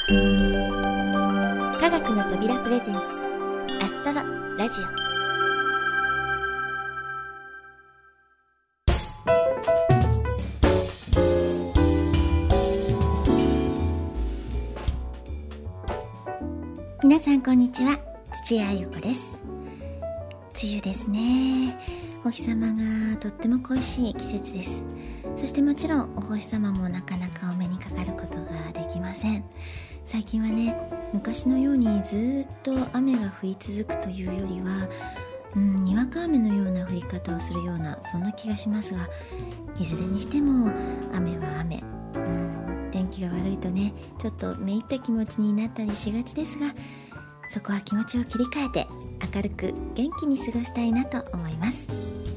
科学の扉プレゼンツアストロラジオ。皆さんこんにちは、土屋あゆ子です。梅雨ですね。お日様がとっても恋しい季節です。そしてもちろんお星様もなかなかお目にかかることができません。最近はね、昔のようにずっと雨が降り続くというよりは、にわか雨のような降り方をするような、そんな気がしますが、いずれにしても雨は雨。天気が悪いとね、ちょっとめいった気持ちになったりしがちですが、そこは気持ちを切り替えて明るく元気に過ごしたいなと思います。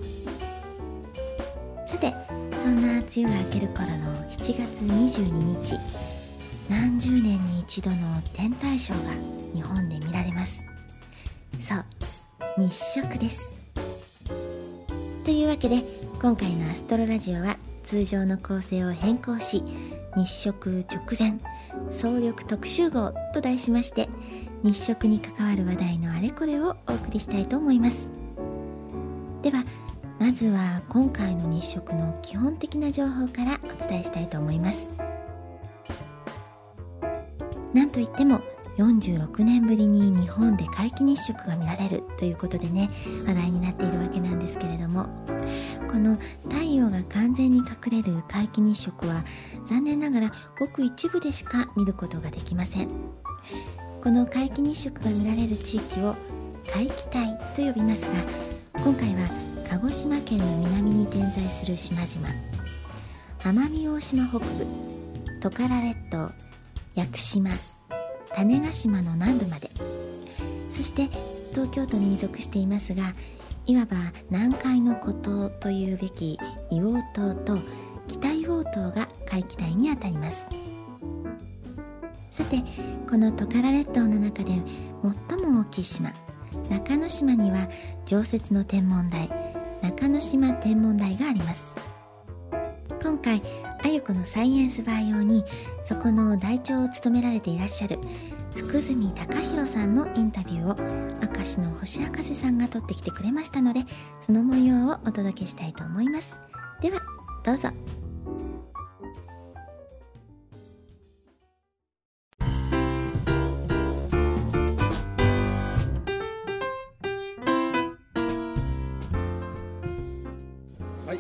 さて、そんな梅雨が明ける頃の7月22日、何十年に一度の天体ショーが日本で見られます。そう、日食です。というわけで、今回のアストロラジオは通常の構成を変更し、日食直前総力特集号と題しまして、日食に関わる話題のあれこれをお送りしたいと思います。ではまずは今回の日食の基本的な情報からお伝えしたいと思います。なんといっても46年ぶりに日本で皆既日食が見られるということでね、話題になっているわけなんですけれども、この太陽が完全に隠れる皆既日食は残念ながらごく一部でしか見ることができません。この皆既日食が見られる地域を皆既帯と呼びますが、今回は鹿児島県の南に点在する島々、奄美大島北部、トカラ列島、屋久島、種子島の南部まで、そして東京都に属していますが、いわば南海の孤島というべき硫黄島と北硫黄島が皆既帯にあたります。さて、このトカラ列島の中で最も大きい島、中之島には常設の天文台、中之島天文台があります。今回あゆこのサイエンスバー用に、そこの台長を務められていらっしゃる福住隆弘さんのインタビューを明石の星博士さんが取ってきてくれましたので、その模様をお届けしたいと思います。ではどうぞ。 はい、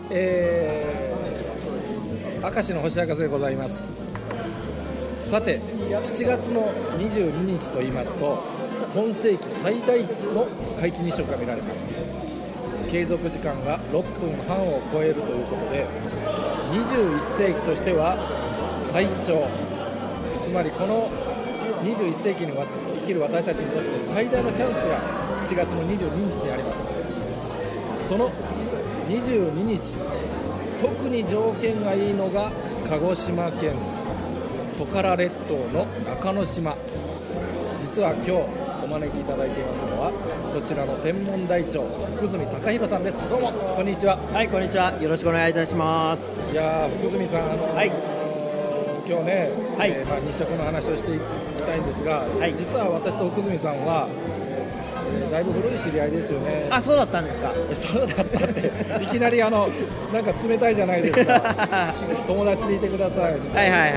明石の星博士でございます。さて、7月の22日と言いますと、今世紀最大の皆既日食が見られます。継続時間が6分半を超えるということで、21世紀としては最長、つまりこの21世紀に生きる私たちにとって最大のチャンスが7月の22日にあります。その22日、特に条件がいいのが鹿児島県トカラ列島の中之島。実は今日お招きいただいていますのは、そちらの天文台長、福住隆弘さんです。どうもこんにちは。 はい、こんにちは。よろしくお願いいたします。 いや福住さん、 はい、 今日ね、 はい、 日食の話をしていきたいんですが、 はい、 実は私と福住さんはだいぶ古い知り合いですよね。 あ、そうだったんですか。 そうだったっていきなりなんか冷たいじゃないですか。友達でいてください。 はいはいはいはい。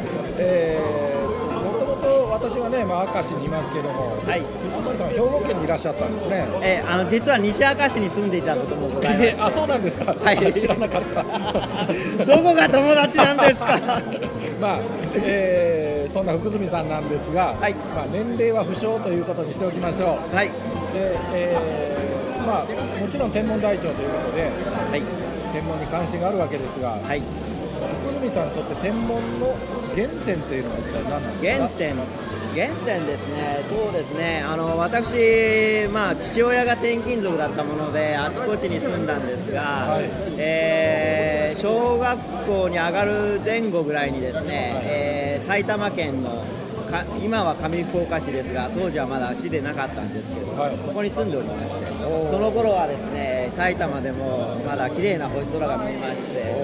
もともと私はね、明石にいますけども、はい、福住さんは兵庫県にいらっしゃったんですね。 実は西明石に住んでいたこともございます。 あ、そうなんですか。 はい、 知らなかった。 どこが友達なんですか。 そんな福住さんなんですが、はい、年齢は不詳ということにしておきましょう。はい、で、もちろん天文台長ということで、はい、天文に関心があるわけですが、はい、福住さんにとって天文の原点というのは一体何なんですか？ 原点ですね。そうですね。私、父親が転勤族だったものであちこちに住んだんですが、はい、小学校に上がる前後ぐらいにですね、はい、埼玉県の今は上福岡市ですが、当時はまだ市でなかったんですけど、 はい、 そこに住んでおりまして、その頃はですね、埼玉でもまだ綺麗な星空が見えまして、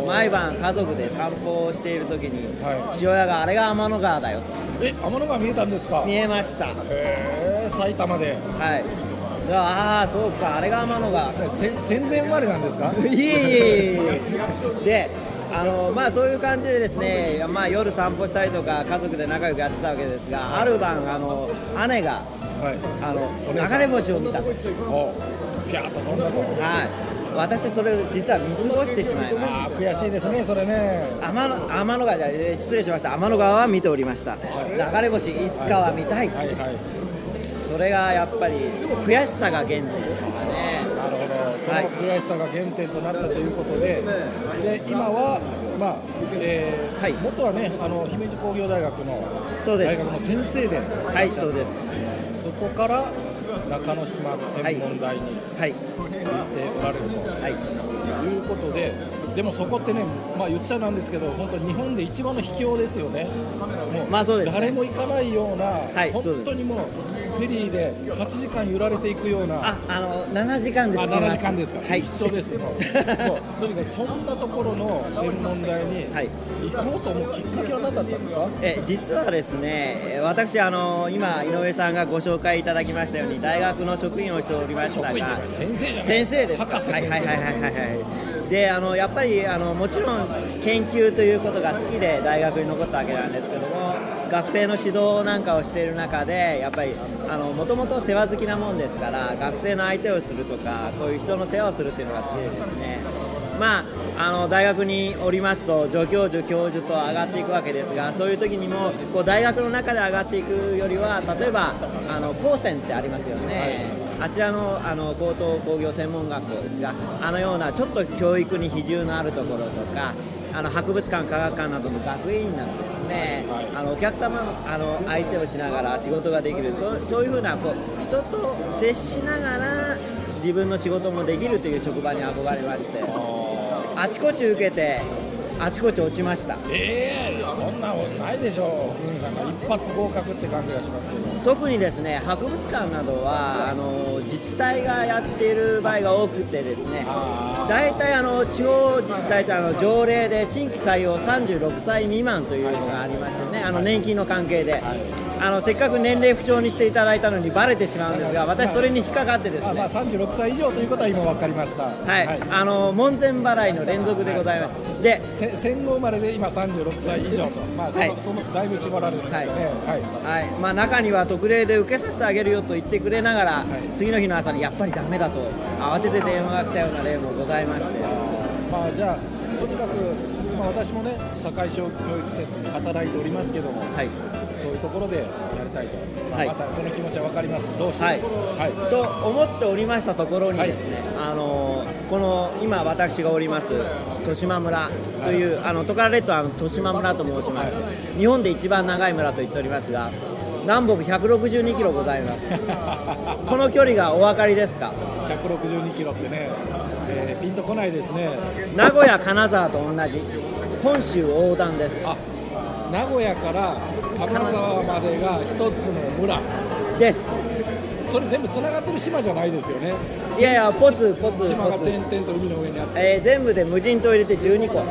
毎晩家族で散歩をしている時に、父親があれが天の川だよと。 天の川見えたんですか？ 見えました。 埼玉で。 はい。ああ、そうか、あれが天の川。 戦前生まれなんですか？ いえ。で、まあそういう感じでですね、まあ夜散歩したりとか家族で仲良くやってたわけですが、ある晩姉が、流れ星を見た。ピャーッと飛んだと。 はい。私それ実は見過ごしてしまいました。 悔しいですね、それね。 天の川、失礼しました。天の川は見ておりました。流れ星いつかは見たい。それがやっぱり悔しさが原点ですかね。 なるほど。その悔しさが原点となったということで、今はまあ、元はね、姫路工業大学の大学の先生で、 はい、そうです。 そこから中之島天文台に行っておられると、いうことで、でもそこってね、まあ言っちゃなんですけど、本当に日本で一番の秘境ですよね。もう、そうですね、誰も行かないような、本当にもうフェリーで8時間揺られていくような。 7時間です。 7時間ですか。一緒です。もうとにかくそんなところの天文台に行こうと思うきっかけは何だったんですか？ 実はですね、私今井上さんがご紹介いただきましたように大学の職員をしておりましたが、先生です。 博士。 でやっぱりもちろん研究ということが好きで大学に残ったわけなんですけども、学生の指導なんかをしている中でやっぱりもともと世話好きなもんですから、学生の相手をするとかそういう人の世話をするっていうのが好きでですね、まあ大学におりますと助教授教授と上がっていくわけですが、そういう時にもこう大学の中で上がっていくよりは、例えば高専ってありますよね。あちらの高等工業専門学校ですが、ようなちょっと教育に比重のあるところとか、博物館科学館などの学院などですね、お客様の相手をしながら仕事ができる、そういうふうなこう人と接しながら自分の仕事もできるという職場に憧れまして、あちこち受けてあちこち落ちました。 そんなことないでしょう。さんが一発合格って感じがしますけど、 特にですね博物館などは自治体がやっている場合が多くてですね、大体地方自治体と条例で新規採用36歳未満というのがありましてね、年金の関係で、せっかく年齢不詳にしていただいたのにバレてしまうんですが、私それに引っかかってですね、 36歳以上ということは今分かりました。 門前払いの連続でございます。で戦後生まれで今36歳以上と、そのだいぶ絞られるんですね。 中には特例で受けさせてあげるよと言ってくれながら、次の日の朝にやっぱりダメだと慌てて電話が来たような例もございまして、 じゃあとにかく私もね社会教育施設に働いておりますけども、そういうところでやりたいと、まさにその気持ちは分かります。どうします、 と思っておりましたところにですね、この今私がおります十島村という、トカラ列島は十島村と申しまして、日本で一番長い村と言っておりますが、南北162キロございますこの距離がお分かりですか ？162キロってね、ピンとこないですね。 名古屋金沢と同じ本州横断です。 名古屋から金沢までが一つの村です。 それ全部つながってる島じゃないですよね。 いやいや、ポツポツ島が点々と海の上にあって、 全部で無人島入れて12個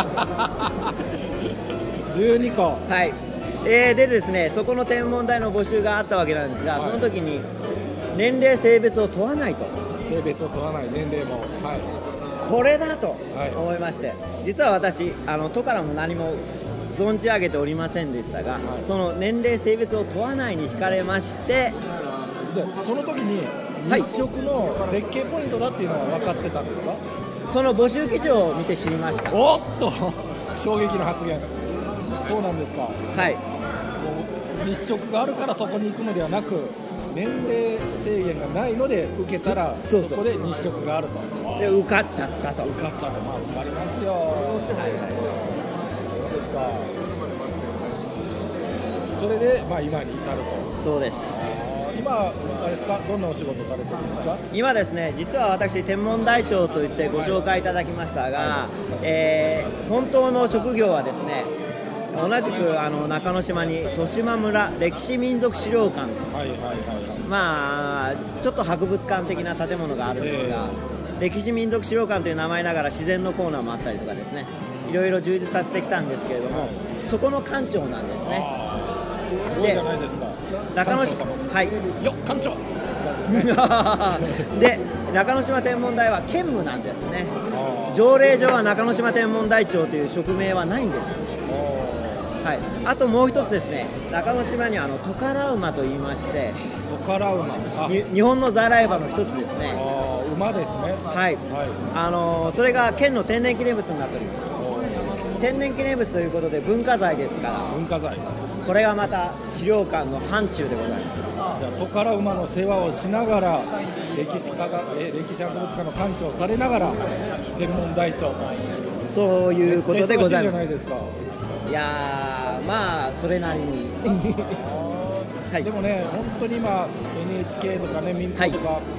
12個でですね、そこの天文台の募集があったわけなんですが、その時に年齢性別を問わないと、 性別を問わない年齢も、 これだと思いまして、実は私都からも何も存じ上げておりませんでしたが、その年齢性別を問わないに惹かれまして、 その時に日食の絶景ポイントだっていうのは分かってたんですか？ その募集記事を見て知りました。 おっと衝撃の発言。そうなんですか。日食があるからそこに行くのではなく、年齢制限がないので受けたらそこで日食があると。 で受かっちゃったと。 受かっちゃった。受かりますよ。そうですか。それで今に至ると。 そうです。 今あれですか、どんなお仕事されてるんですか？ 今ですね、実は私天文台長といってご紹介いただきましたが、本当の職業はですね、 同じく中之島に十島村歴史民族資料館、まあちょっと博物館的な建物があるんですが、歴史民族資料館という名前ながら自然のコーナーもあったりとかですね、いろいろ充実させてきたんですけれども、そこの館長なんですね。 すごいじゃないですか。 中之島、はいよ館長で中之島天文台は兼務なんですね。条例上は中之島天文台長という職名はないんです。はい、あともう一つですね、中之島にはトカラ馬といいまして、 トカラ馬、 日本の在来馬の一つですね。 馬ですね。 はい、はい、それが県の天然記念物になっております。天然記念物ということで文化財ですから、 文化財、 これがまた資料館の範疇でございます。 じゃあトカラ馬の世話をしながら歴史博物館の館長をされながら天文台長、 そういうことでございます。 めっちゃ忙しいじゃないですか。 いやー、まあそれなりにはい、 でもね、本当に今 NHK とかね、民放とか、はい、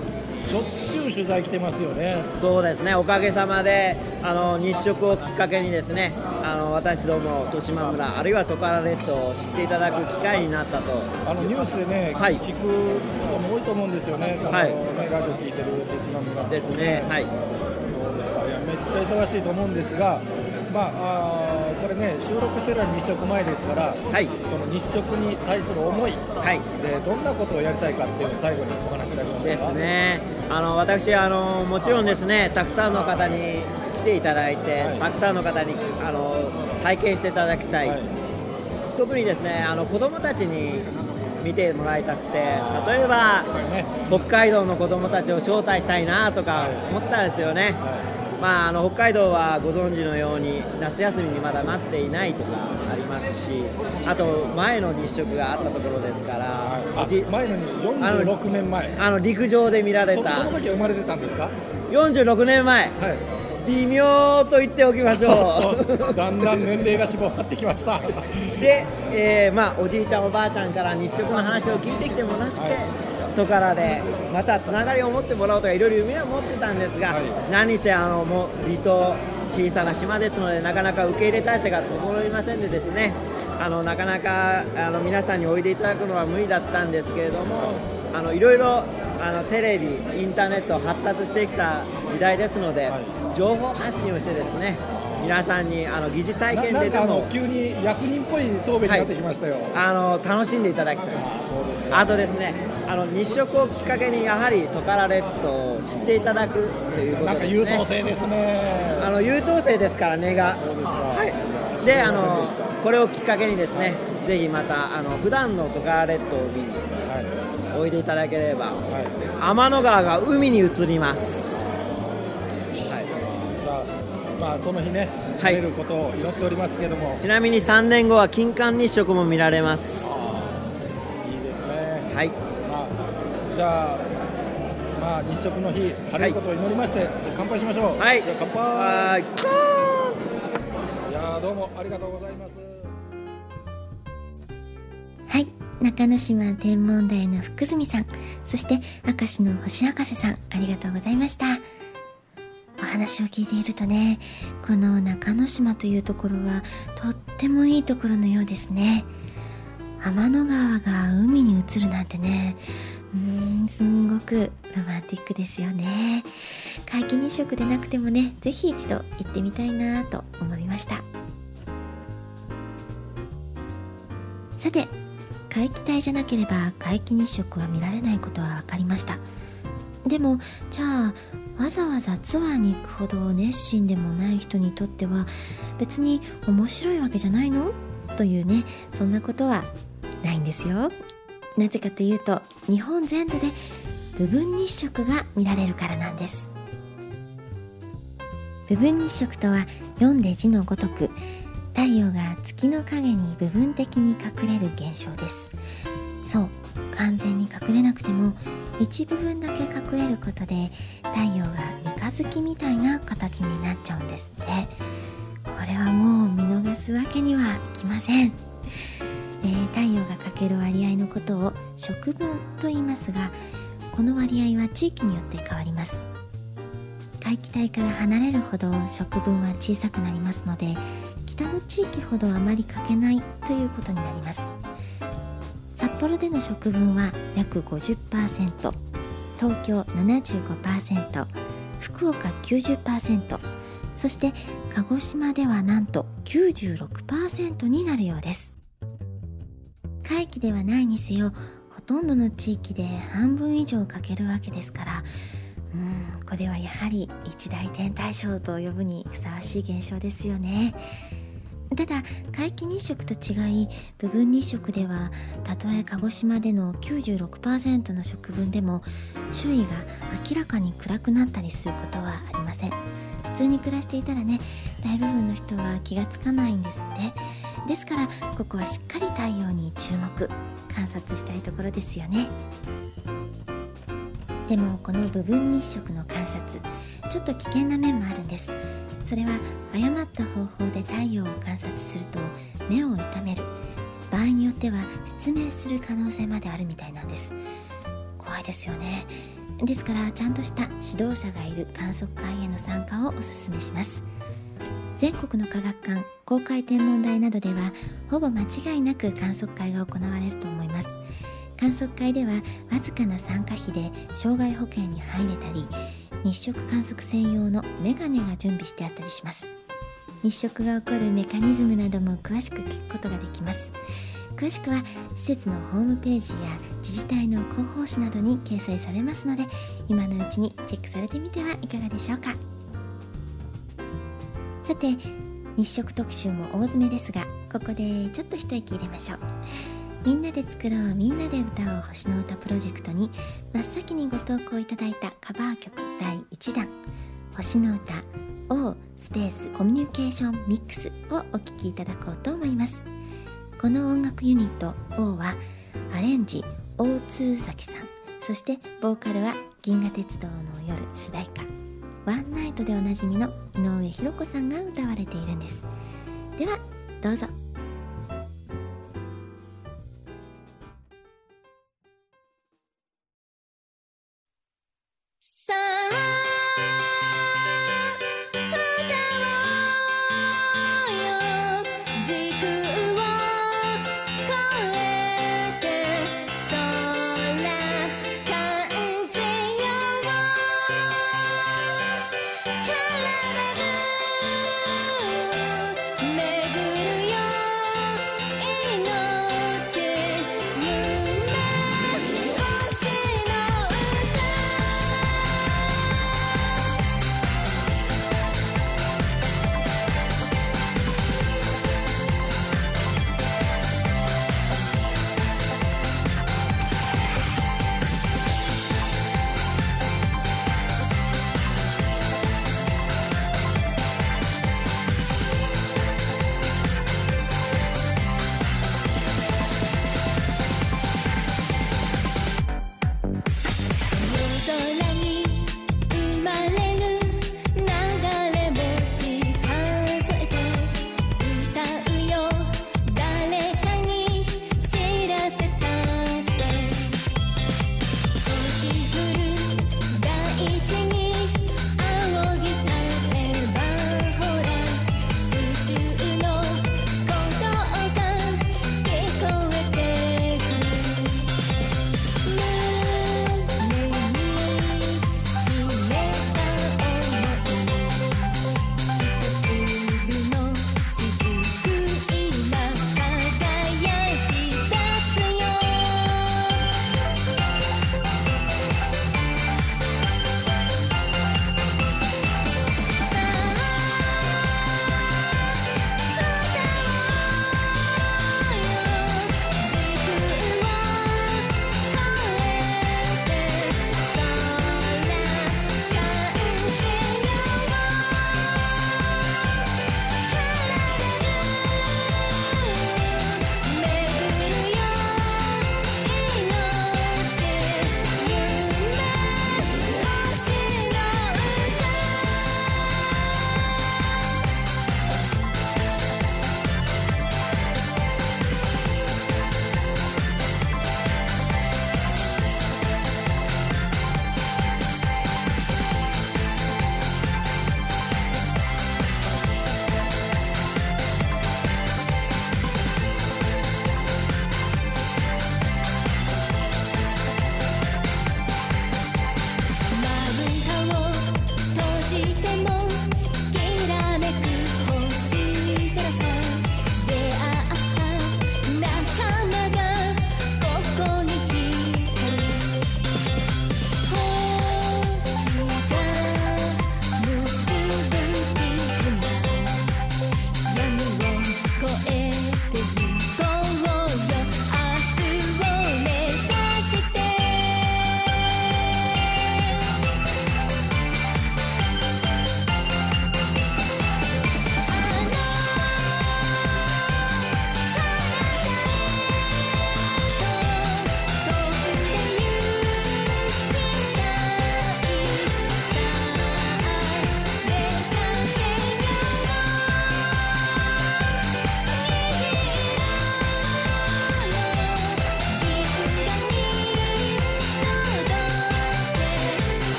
しょっちゅう取材来てますよね。 そうですね、おかげさまで日食をきっかけにですね、私ども十島村あるいはトカラ列島を知っていただく機会になったと。 ニュースでね、はい、聞く人も多いと思うんですよね。 はい、 ラジオ聞いてる十島村ですね。はい、 そうですか。いや、めっちゃ忙しいと思うんですが、まあ、これね、収録してるのは日食前ですから、はい、その日食に対する思い、はい、でどんなことをやりたいかっていうのを最後にお話しいただけますか。 ですね、私もちろんですね、たくさんの方に来ていただいて、はい、たくさんの方に体験していただきたい、はい、特にですね子どもたちに見てもらいたくて、例えば、ね、北海道の子どもたちを招待したいなとか思ったんですよね。はい、まあ、北海道はご存知のように夏休みにまだ待っていないとかありますし、あと前の日食があったところですから、 はい、前のに46年前陸上で見られた。 その時は生まれてたんですか。 46年前、はい、微妙と言っておきましょうだんだん年齢が絞ってきましたで、まあ、おじいちゃんおばあちゃんから日食の話を聞いてきてもらって、はい、トカラでまたつながりを持ってもらおうとかいろいろ夢を持ってたんですが、はい、何せもう離島小さな島ですのでなかなか受け入れ体制が整いませんでですね、なかなか皆さんにおいでいただくのは無理だったんですけれども、いろいろテレビインターネット発達してきた時代ですので、はい、情報発信をしてですね、皆さんに疑似体験ででも急に役人っぽい答弁になってきましたよ。 はい、楽しんでいただきたい。 そうですか。 あとですね、日食をきっかけにやはりトカラ列島を知っていただくということですね。なんか優等生ですね。 優等生ですから根が。 そうですか。 はい。でこれをきっかけにですね、ぜひまた普段のトカラ列島を見に、はい、おいでいただければ、はい、天の川が海に移ります。 はい。じゃあまあその日ね、晴れることを祈っておりますけれども、 ちなみに3年後は金環日食も見られます。 いいですね。 はい。 じゃあ、まあ、日食の日晴れることを祈りまして、はい、乾杯しましょう。 はい。 じゃあ乾杯。 はい。 いやどうもありがとうございます。 はい、中之島天文台の福住さん、そして明石の星博士さん、ありがとうございました。お話を聞いているとね、この中之島というところはとってもいいところのようですね。天の川が海に移るなんてね、すんごくロマンティックですよね。皆既日食でなくてもね、ぜひ一度行ってみたいなと思いました。さて、皆既体じゃなければ皆既日食は見られないことは分かりました。でもじゃあわざわざツアーに行くほど熱心でもない人にとっては別に面白いわけじゃないのというね、そんなことはないんですよ。なぜかというと、日本全土で部分日食が見られるからなんです。部分日食とは読んで字のごとく、太陽が月の影に部分的に隠れる現象です。そう、完全に隠れなくても一部分だけ隠れることで太陽が三日月みたいな形になっちゃうんですって。これはもう見逃すわけにはいきません。太陽が欠ける割合のことを食分と言いますが、この割合は地域によって変わります。皆既体から離れるほど食分は小さくなりますので、北の地域ほどあまり欠けないということになります。札幌での食分は約 50%、 東京 75%、 福岡 90%、 そして鹿児島ではなんと 96% になるようです。皆既ではないにせよ、ほとんどの地域で半分以上欠けるわけですから、これはやはり一大天体ショーと呼ぶにふさわしい現象ですよね。ただ皆既日食と違い、部分日食ではたとえ鹿児島での 96% の食分でも周囲が明らかに暗くなったりすることはありません。普通に暮らしていたらね、大部分の人は気がつかないんですって。ですからここはしっかり太陽に注目、観察したいところですよね。でもこの部分日食の観察、ちょっと危険な面もあるんです。それは誤った方法で太陽を観察すると目を痛める、場合によっては失明する可能性まであるみたいなんです。怖いですよね。ですからちゃんとした指導者がいる観測会への参加をお勧めします。全国の科学館、公開天文台などではほぼ間違いなく観測会が行われると思います。観測会ではわずかな参加費で障害保険に入れたり、日食観測専用のメガネが準備してあったりします。日食が起こるメカニズムなども詳しく聞くことができます。詳しくは施設のホームページや自治体の広報誌などに掲載されますので、今のうちにチェックされてみてはいかがでしょうか。さて、日食特集も大詰めですが、ここでちょっと一息入れましょう。みんなで作ろう、みんなで歌おう星の歌プロジェクトに真っ先にご投稿いただいたカバー曲第1弾、星の歌 O スペースコミュニケーションミックスをお聴きいただこうと思います。この音楽ユニット O はアレンジ O2 崎さん、そしてボーカルは銀河鉄道の夜主題歌ワンナイトでおなじみの井上弘子さんが歌われているんです。ではどうぞ。 さあ歌おうよ、時空を超えて空感じよう、体中巡るよ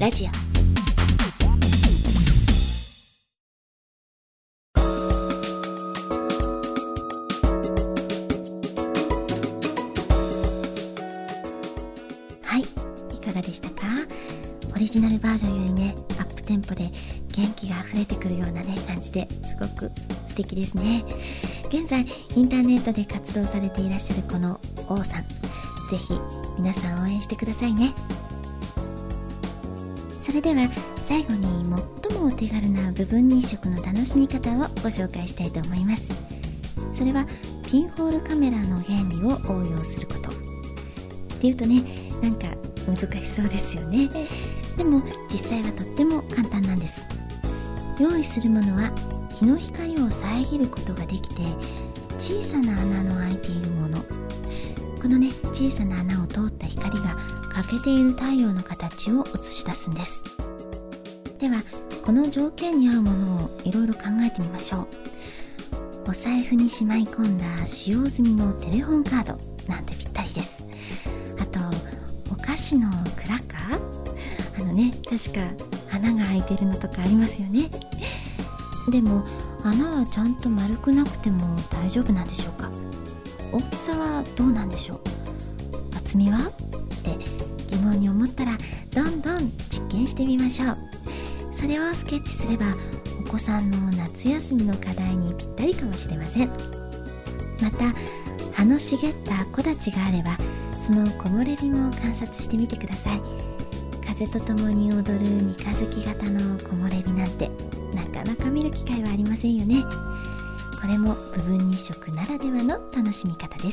ラジオ。はい、いかがでしたか？オリジナルバージョンよりね、アップテンポで元気が溢れてくるようなね感じですごく素敵ですね。現在インターネットで活動されていらっしゃるこの王さん、ぜひ皆さん応援してくださいね。それでは最後に最もお手軽な部分日食の楽しみ方をご紹介したいと思います。それはピンホールカメラの原理を応用することっていうとね、なんか難しそうですよね。でも実際はとっても簡単なんです。用意するものは日の光を遮ることができて小さな穴の開いているもの。このね小さな穴を通った光が欠けている太陽の形を映し出すんです。ではこの条件に合うものをいろいろ考えてみましょう。お財布にしまい込んだ使用済みのテレホンカードなんてぴったりです。あとお菓子のクラッカー、確か穴が開いてるのとかありますよね。でも穴はちゃんと丸くなくても大丈夫なんでしょうか？大きさはどうなんでしょう？厚みは？って疑問に思ったらどんどん実験してみましょう。それをスケッチすればお子さんの夏休みの課題にぴったりかもしれません。また葉の茂った木立があればその木漏れ日も観察してみてください。風とともに踊る三日月型の木漏れ日なんてなかなか見る機会はありませんよね。これも部分日食ならではの楽しみ方です。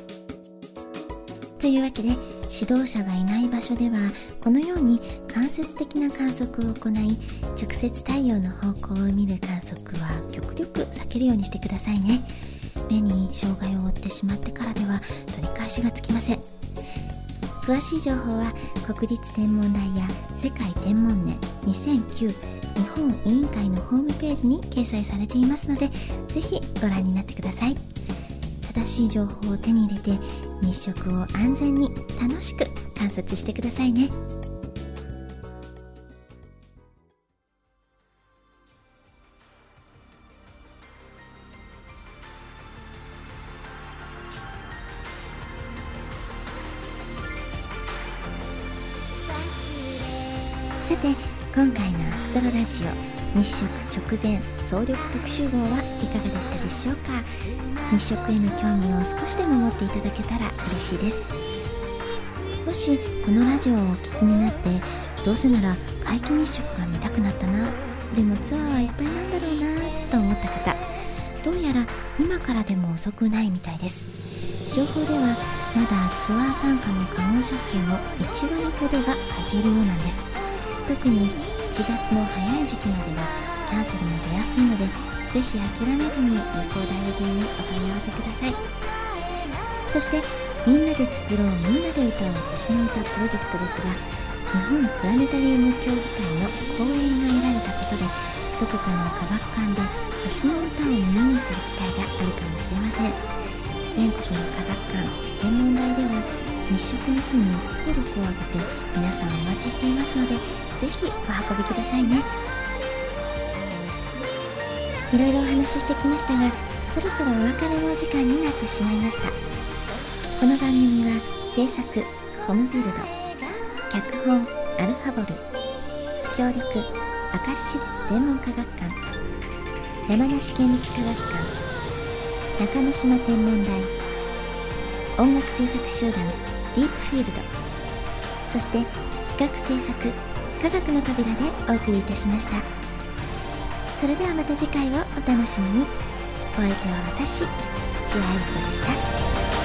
というわけで指導者がいない場所ではこのように間接的な観測を行い、直接太陽の方向を見る観測は極力避けるようにしてくださいね。目に障害を負ってしまってからでは取り返しがつきません。詳しい情報は国立天文台や世界天文年2009日本委員会のホームページに掲載されていますので、ぜひご覧になってください。正しい情報を手に入れて日食を安全に楽しく観察してくださいね。さて今回のアストロラジオ日食直前総力特集号はいかがでしたでしょうか？日食への興味を少しでも持っていただけたら嬉しいです。もしこのラジオをお聞きになってどうせなら皆既日食が見たくなったな、でもツアーはいっぱいなんだろうなと思った方、どうやら今からでも遅くないみたいです。情報ではまだツアー参加の可能者数の1割ほどが空いているようなんです。特に7月の早い時期まではキャンセルも出やすいので、ぜひ諦めずに旅行代理店にお問い合わせください。そしてみんなで作ろうみんなで歌う星の歌プロジェクトですが、日本プラネタリウム協議会の講演が得られたことでどこかの科学館で星の歌を耳にする機会があるかもしれません。全国の科学館、天文台では日食の日に総力を挙げて皆さんお待ちしていますので、ぜひお運びくださいね。いろいろお話ししてきましたが、そろそろお別れの時間になってしまいました。この番組は制作コムビルド、脚本アルファボル、協力明石市立天文科学館、山梨県立科学館、中之島天文台、音楽制作集団ディープフィールド、そして企画制作科学の扉でお送りいたしました。それではまた次回をお楽しみに。お相手は私、土屋愛子でした。